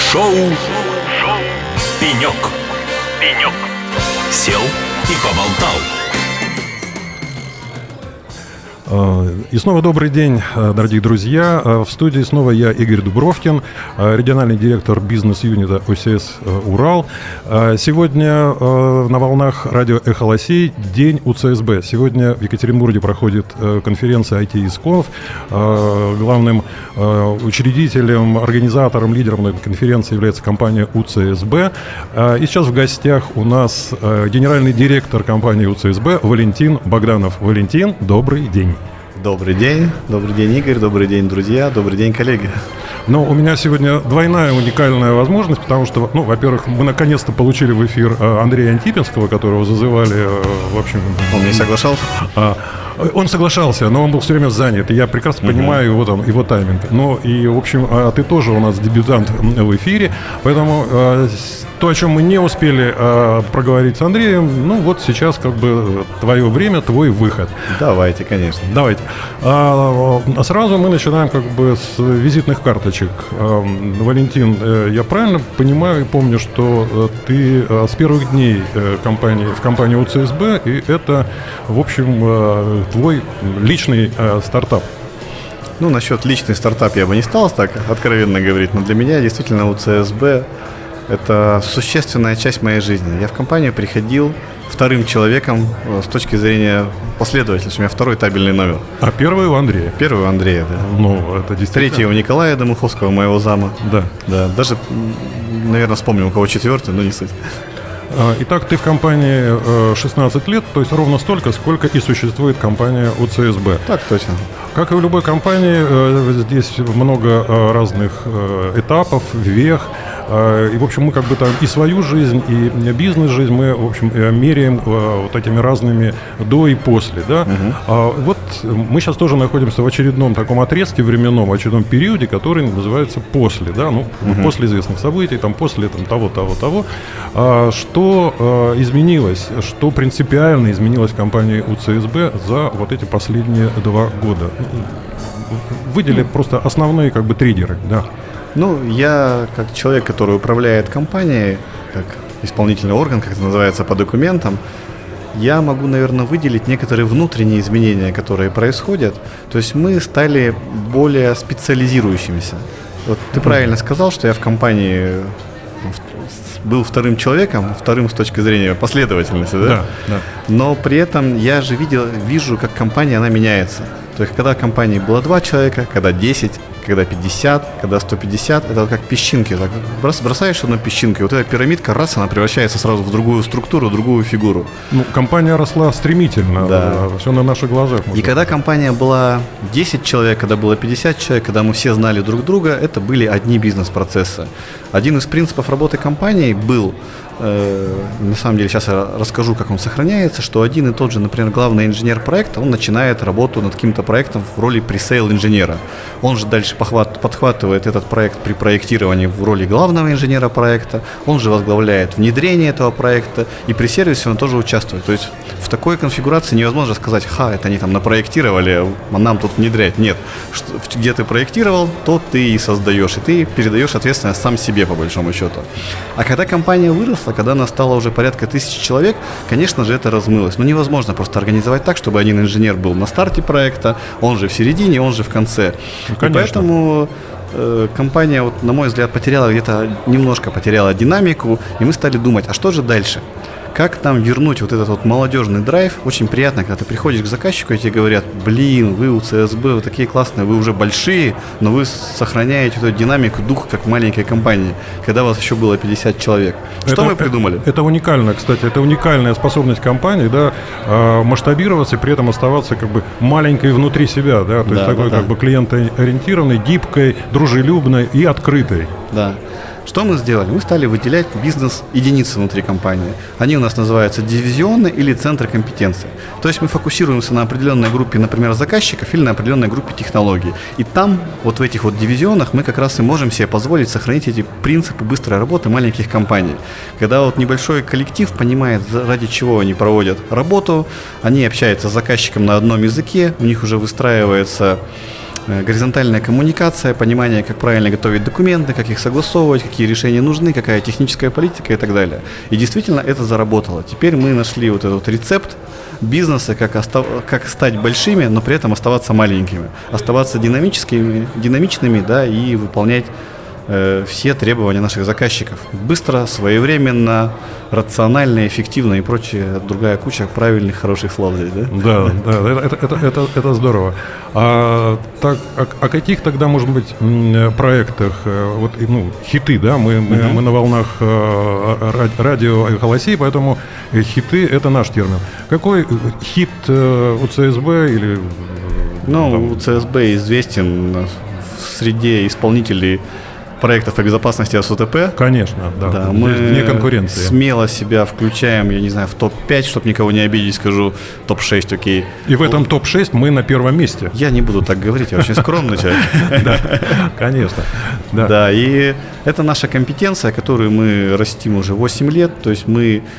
Шоу «Пенек». Сел и поболтал. И снова добрый день, дорогие друзья. В студии снова я, Игорь Дубровкин, региональный директор бизнес-юнита ОСС «Урал». Сегодня на волнах радио «Эхо Лосей» день УЦСБ. Сегодня в Екатеринбурге проходит конференция IT-ISCONF. Главным учредителем, организатором, лидером этой конференции является компания УЦСБ. И сейчас в гостях у нас генеральный директор компании УЦСБ Валентин Богданов. Валентин, добрый день. Добрый день, Игорь, добрый день, друзья, добрый день, коллеги. Но у меня сегодня двойная уникальная возможность, потому что, во-первых, мы наконец-то получили в эфир Андрея Антипинского, которого зазывали, в общем... Он не соглашался? Он соглашался, но он был все время занят, и я прекрасно понимаю его тайминг. Ну и, в общем, ты тоже у нас дебютант в эфире, поэтому то, о чем мы не успели проговорить с Андреем, вот сейчас как бы твое время, твой выход. Давайте, конечно. Давайте. Сразу мы начинаем как бы с визитных карточек. Валентин, я правильно понимаю и помню, что ты с первых дней в компании УЦСБ, и это, в общем, твой личный стартап? Насчет личный стартап я бы не стал так откровенно говорить, но для меня действительно УЦСБ – это существенная часть моей жизни. Я в компанию приходил вторым человеком с точки зрения последовательности. У меня второй табельный номер. А первый у Андрея? Первый у Андрея, да. Это действительно... Третий у Николая Домуховского, моего зама. Да. Даже, наверное, вспомню, у кого четвертый, но не суть. Итак, ты в компании 16 лет, то есть ровно столько, сколько и существует компания УЦСБ. Так точно. Как и в любой компании, здесь много разных этапов, вех. И, в общем, мы как бы там и свою жизнь, и бизнес-жизнь мы, в общем, меряем вот этими разными до и после, да. Вот мы сейчас тоже находимся в очередном таком отрезке временном, в очередном периоде, который называется после, да, после известных событий, там, после того. Что изменилось, что принципиально изменилось в компании УЦСБ за вот эти последние 2 года? Выдели просто основные как бы триггеры, да. Я как человек, который управляет компанией, как исполнительный орган, как это называется по документам, я могу, наверное, выделить некоторые внутренние изменения, которые происходят. То есть мы стали более специализирующимися. Вот ты правильно сказал, что я в компании был вторым человеком, вторым с точки зрения последовательности, да? Да. Но при этом я же вижу, как компания, она меняется. То есть, когда в компании было 2 человека, когда 10, когда 50, когда 150, это как песчинки. Так бросаешь одну песчинку, и вот эта пирамидка, раз, она превращается сразу в другую структуру, другую фигуру. Компания росла стремительно, да. Все на наших глазах. И когда компания была 10 человек, когда было 50 человек, когда мы все знали друг друга, это были одни бизнес-процессы. Один из принципов работы компании был, на самом деле, сейчас я расскажу, как он сохраняется, что один и тот же, например, главный инженер проекта, он начинает работу над каким-то проектом в роли пресейл-инженера. Он же дальше подхватывает этот проект при проектировании в роли главного инженера проекта, он же возглавляет внедрение этого проекта, и при сервисе он тоже участвует. То есть в такой конфигурации невозможно сказать, это они там напроектировали, а нам тут внедрять. Нет, где ты проектировал, то ты и создаешь, и ты передаешь ответственность сам себе, по большому счету. А когда компания выросла, когда она стала уже порядка 1000 человек, конечно же, это размылось. Невозможно просто организовать так, чтобы один инженер был на старте проекта, он же в середине, он же в конце. И поэтому компания, на мой взгляд, немножко потеряла динамику, и мы стали думать, а что же дальше? Как нам вернуть вот этот молодежный драйв? Очень приятно, когда ты приходишь к заказчику, и тебе говорят, вы УЦСБ, вы такие классные, вы уже большие, но вы сохраняете эту динамику, дух, как в маленькой компании, когда у вас еще было 50 человек. Что мы придумали? Это уникально, кстати, это уникальная способность компании, да, масштабироваться и при этом оставаться как бы маленькой внутри себя, да, то есть такой как бы клиентоориентированной, гибкой, дружелюбной и открытой. Да. Что мы сделали? Мы стали выделять бизнес-единицы внутри компании. Они у нас называются дивизионы или центры компетенции. То есть мы фокусируемся на определенной группе, например, заказчиков или на определенной группе технологий. И там, в этих дивизионах, мы как раз и можем себе позволить сохранить эти принципы быстрой работы маленьких компаний. Когда небольшой коллектив понимает, ради чего они проводят работу, они общаются с заказчиком на одном языке, у них уже выстраивается горизонтальная коммуникация, понимание, как правильно готовить документы, как их согласовывать, какие решения нужны, какая техническая политика и так далее. И действительно это заработало. Теперь мы нашли вот этот рецепт бизнеса, как стать большими, но при этом оставаться маленькими, оставаться динамичными, да, и выполнять все требования наших заказчиков. Быстро, своевременно, рационально, эффективно и прочее, другая куча правильных, хороших слов здесь, да? Да, это здорово. А каких тогда, может быть, проектах, вот, хиты, да, мы на волнах радио «Эхо России», поэтому хиты – это наш термин. Какой хит у ЦСБ или… у ЦСБ известен в среде исполнителей проектов по безопасности ОСУТП. Конечно, да. Мы вне конкуренции. Смело себя включаем, я не знаю, в топ-5, чтобы никого не обидеть, скажу топ-6, окей. И в этом топ-6 мы на первом месте. Я не буду так говорить, я очень скромный человек. Да, конечно. Да, и это наша компетенция, которую мы растим уже 8 лет. То есть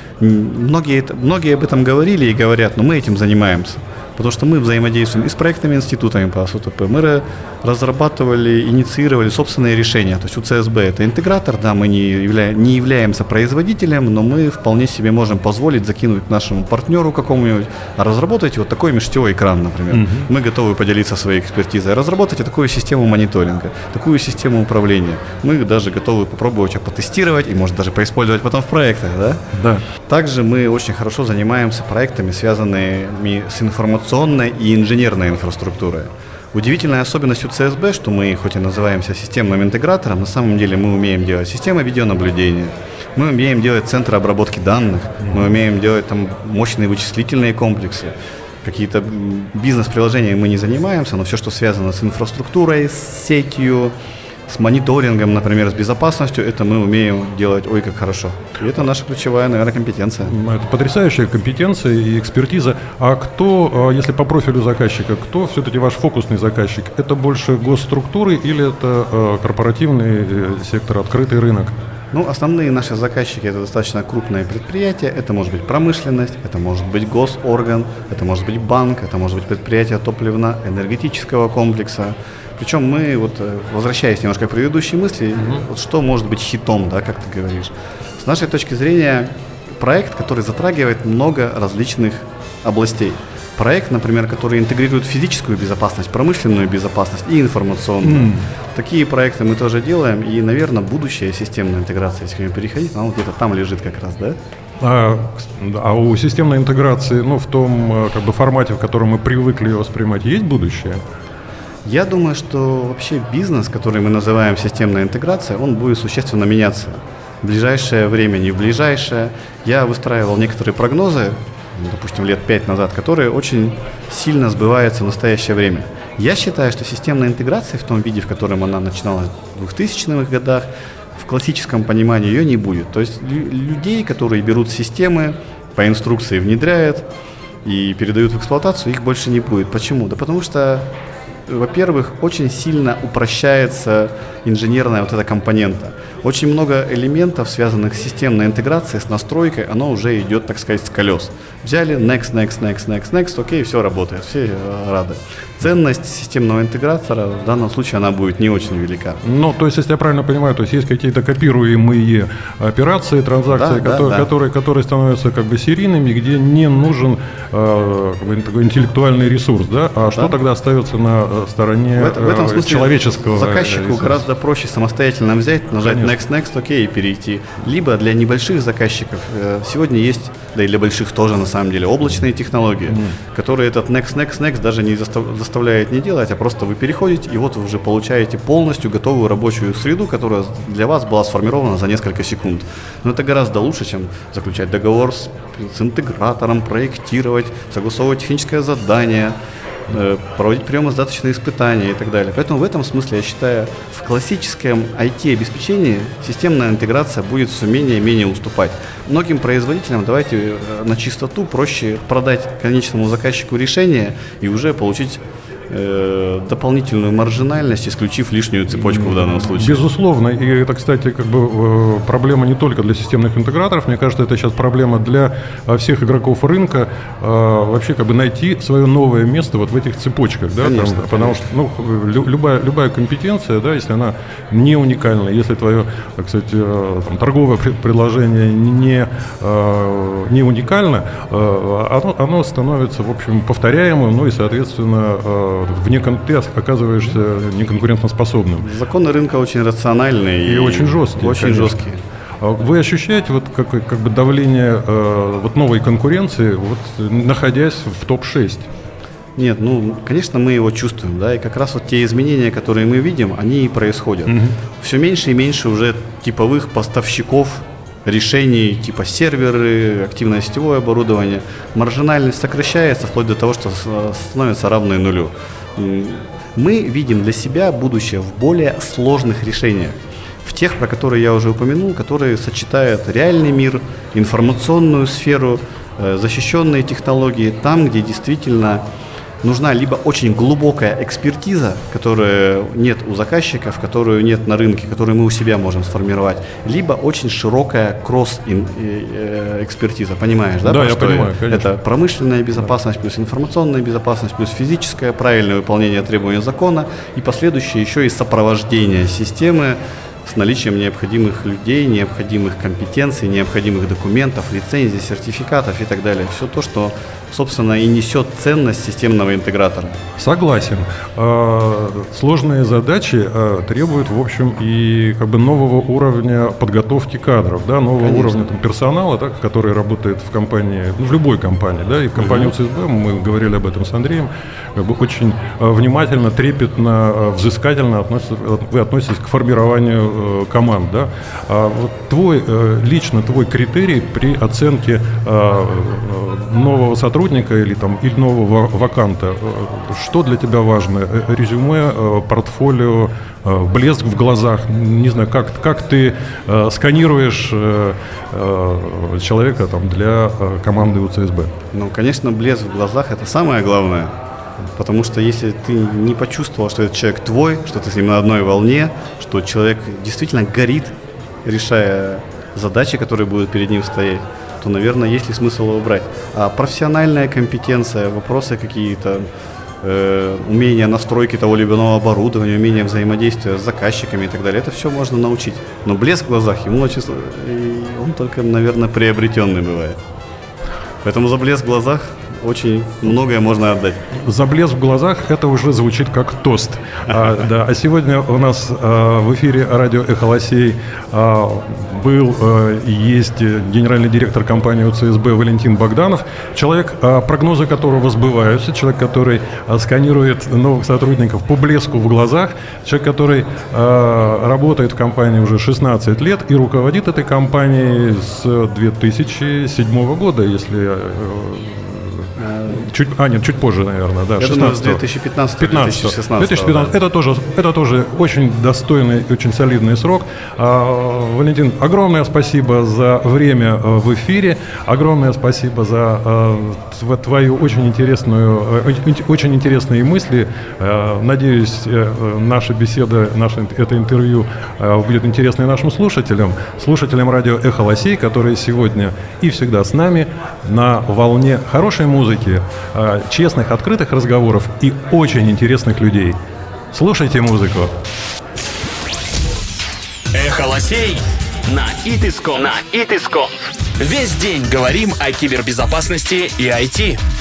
многие об этом говорили и говорят, но мы этим занимаемся. Потому что мы взаимодействуем и с проектными институтами по ОСУТП. Мы разрабатывали, инициировали собственные решения. То есть у ЦСБ это интегратор, да, мы не являемся производителем, но мы вполне себе можем позволить закинуть нашему партнеру какому-нибудь, разработать вот такой межсетевой экран, например. Мы готовы поделиться своей экспертизой, разработать такую систему мониторинга, такую систему управления. Мы даже готовы попробовать ее потестировать и, может, даже поиспользовать потом в проектах, да? Да. Также мы очень хорошо занимаемся проектами, связанными с информационной и инженерной инфраструктурой. Удивительная особенность у ЦСБ, что мы, хоть и называемся системным интегратором, на самом деле мы умеем делать системы видеонаблюдения, мы умеем делать центры обработки данных, мы умеем делать там мощные вычислительные комплексы. Какие-то бизнес-приложения мы не занимаемся, но все, что связано с инфраструктурой, с сетью, с мониторингом, например, с безопасностью, это мы умеем делать ой как хорошо. И это наша ключевая, наверное, компетенция. Это потрясающая компетенция и экспертиза. А кто, если по профилю заказчика, кто все-таки ваш фокусный заказчик? Это больше госструктуры или это корпоративный сектор, открытый рынок? Основные наши заказчики – это достаточно крупные предприятия. Это может быть промышленность, это может быть госорган, это может быть банк, это может быть предприятие топливно-энергетического комплекса. Причем мы, возвращаясь немножко к предыдущей мысли, что может быть хитом, да, как ты говоришь. С нашей точки зрения, проект, который затрагивает много различных областей. Проект, например, который интегрирует физическую безопасность, промышленную безопасность и информационную. Такие проекты мы тоже делаем, и, наверное, будущее системной интеграции, если к переходить, она где-то там лежит как раз, да? А у системной интеграции, в том формате, в котором мы привыкли воспринимать, есть будущее? Я думаю, что вообще бизнес, который мы называем системной интеграцией, он будет существенно меняться в ближайшее время, не в ближайшее. Я выстраивал некоторые прогнозы, допустим, лет 5 назад, которые очень сильно сбываются в настоящее время. Я считаю, что системная интеграция в том виде, в котором она начиналась в 2000-х годах, в классическом понимании ее не будет. То есть людей, которые берут системы, по инструкции внедряют и передают в эксплуатацию, их больше не будет. Почему? Да потому что, во-первых, очень сильно упрощается инженерная эта компонента. Очень много элементов, связанных с системной интеграцией, с настройкой, оно уже идет, так сказать, с колес. Взяли, next, окей, все работает, все рады. Ценность системного интегратора в данном случае она будет не очень велика. То есть, если я правильно понимаю, то есть какие-то копируемые операции, транзакции, которые становятся серийными, где не нужен такой интеллектуальный ресурс, да? А что тогда остается на стороне в этом смысле человеческого заказчику ресурса? Гораздо проще самостоятельно взять, нажать next, окей, и перейти. Либо для небольших заказчиков сегодня есть, да и для больших тоже на самом деле, облачные технологии, которые этот next даже не заставляет не делать, а просто вы переходите, и вот вы уже получаете полностью готовую рабочую среду, которая для вас была сформирована за несколько секунд. Но это гораздо лучше, чем заключать договор с интегратором, проектировать, согласовывать техническое задание, проводить приемо-сдаточные испытания и так далее. Поэтому в этом смысле, я считаю, в классическом IT-обеспечении системная интеграция будет все менее и менее уступать. Многим производителям, давайте на чистоту, проще продать конечному заказчику решение и уже получить дополнительную маржинальность, исключив лишнюю цепочку в данном случае. Безусловно. И это, кстати, как бы проблема не только для системных интеграторов. Мне кажется, это сейчас проблема для всех игроков рынка вообще как бы найти свое новое место вот в этих цепочках. Да? Конечно, там, потому что любая компетенция, да, если она не уникальна, если твое, так сказать, там, торговое предложение не уникально, оно становится, в общем, повторяемым, ну и, соответственно, ты оказываешься неконкурентоспособным. Законы рынка очень рациональные и очень жесткие. Очень жесткие. Вы ощущаете вот как бы давление вот новой конкуренции, вот, находясь в топ-6? Нет, конечно, мы его чувствуем, да, и как раз вот те изменения, которые мы видим, они и происходят. Все меньше и меньше уже типовых поставщиков решений, типа серверы, активное сетевое оборудование. Маржинальность сокращается вплоть до того, что становится равной нулю. Мы видим для себя будущее в более сложных решениях. В тех, про которые я уже упомянул, которые сочетают реальный мир, информационную сферу, защищенные технологии, там, где действительно нужна либо очень глубокая экспертиза, которой нет у заказчиков, которую нет на рынке, которую мы у себя можем сформировать, либо очень широкая кросс-экспертиза. Понимаешь, да? Да, я понимаю, конечно. Это промышленная безопасность, плюс информационная безопасность, плюс физическое, правильное выполнение требований закона и последующее еще и сопровождение системы с наличием необходимых людей, необходимых компетенций, необходимых документов, лицензий, сертификатов и так далее. Все то, что, собственно, и несет ценность системного интегратора. Согласен. Сложные задачи требуют, в общем, и как бы нового уровня подготовки кадров, да, нового Конечно. уровня там, персонала, да, который работает в компании, в любой компании, да, и в компании УЦСБ, мы говорили об этом с Андреем, как бы очень внимательно, трепетно, взыскательно вы относитесь к формированию команд, да. Вот лично твой критерий при оценке нового сотрудника или нового ваканта, что для тебя важно? Резюме, портфолио, блеск в глазах? Не знаю, как ты сканируешь человека для команды УЦСБ? Конечно, блеск в глазах – это самое главное. Потому что если ты не почувствовал, что этот человек твой, что ты с ним на одной волне, что человек действительно горит, решая задачи, которые будут перед ним стоять, то, наверное, есть ли смысл его брать. А профессиональная компетенция, вопросы какие-то, умение настройки того или иного оборудования, умение взаимодействия с заказчиками и так далее, это все можно научить. Но блеск в глазах, он только, наверное, приобретенный бывает. Поэтому за блеск в глазах очень многое можно отдать. За блеск в глазах это уже звучит как тост. А сегодня у нас в эфире радио «Эхо Лосей» был и есть генеральный директор компании УЦСБ Валентин Богданов, человек, прогнозы которого сбываются, человек, который сканирует новых сотрудников по блеску в глазах, человек, который работает в компании уже 16 лет и руководит этой компанией с 2007 года, если... Чуть позже, наверное, да. Я думаю, с 2015-2016. Это тоже очень достойный, очень солидный срок. Валентин, огромное спасибо за время в эфире, огромное спасибо за твою очень интересные мысли. Надеюсь, наша беседа, это интервью будет интересно и нашим слушателям радио «Эхо Лосей», которые сегодня и всегда с нами на волне хорошей музыки, честных, открытых разговоров и очень интересных людей. Слушайте музыку. Эхо Лосей на ИТИСКО. Весь день говорим о кибербезопасности и IT.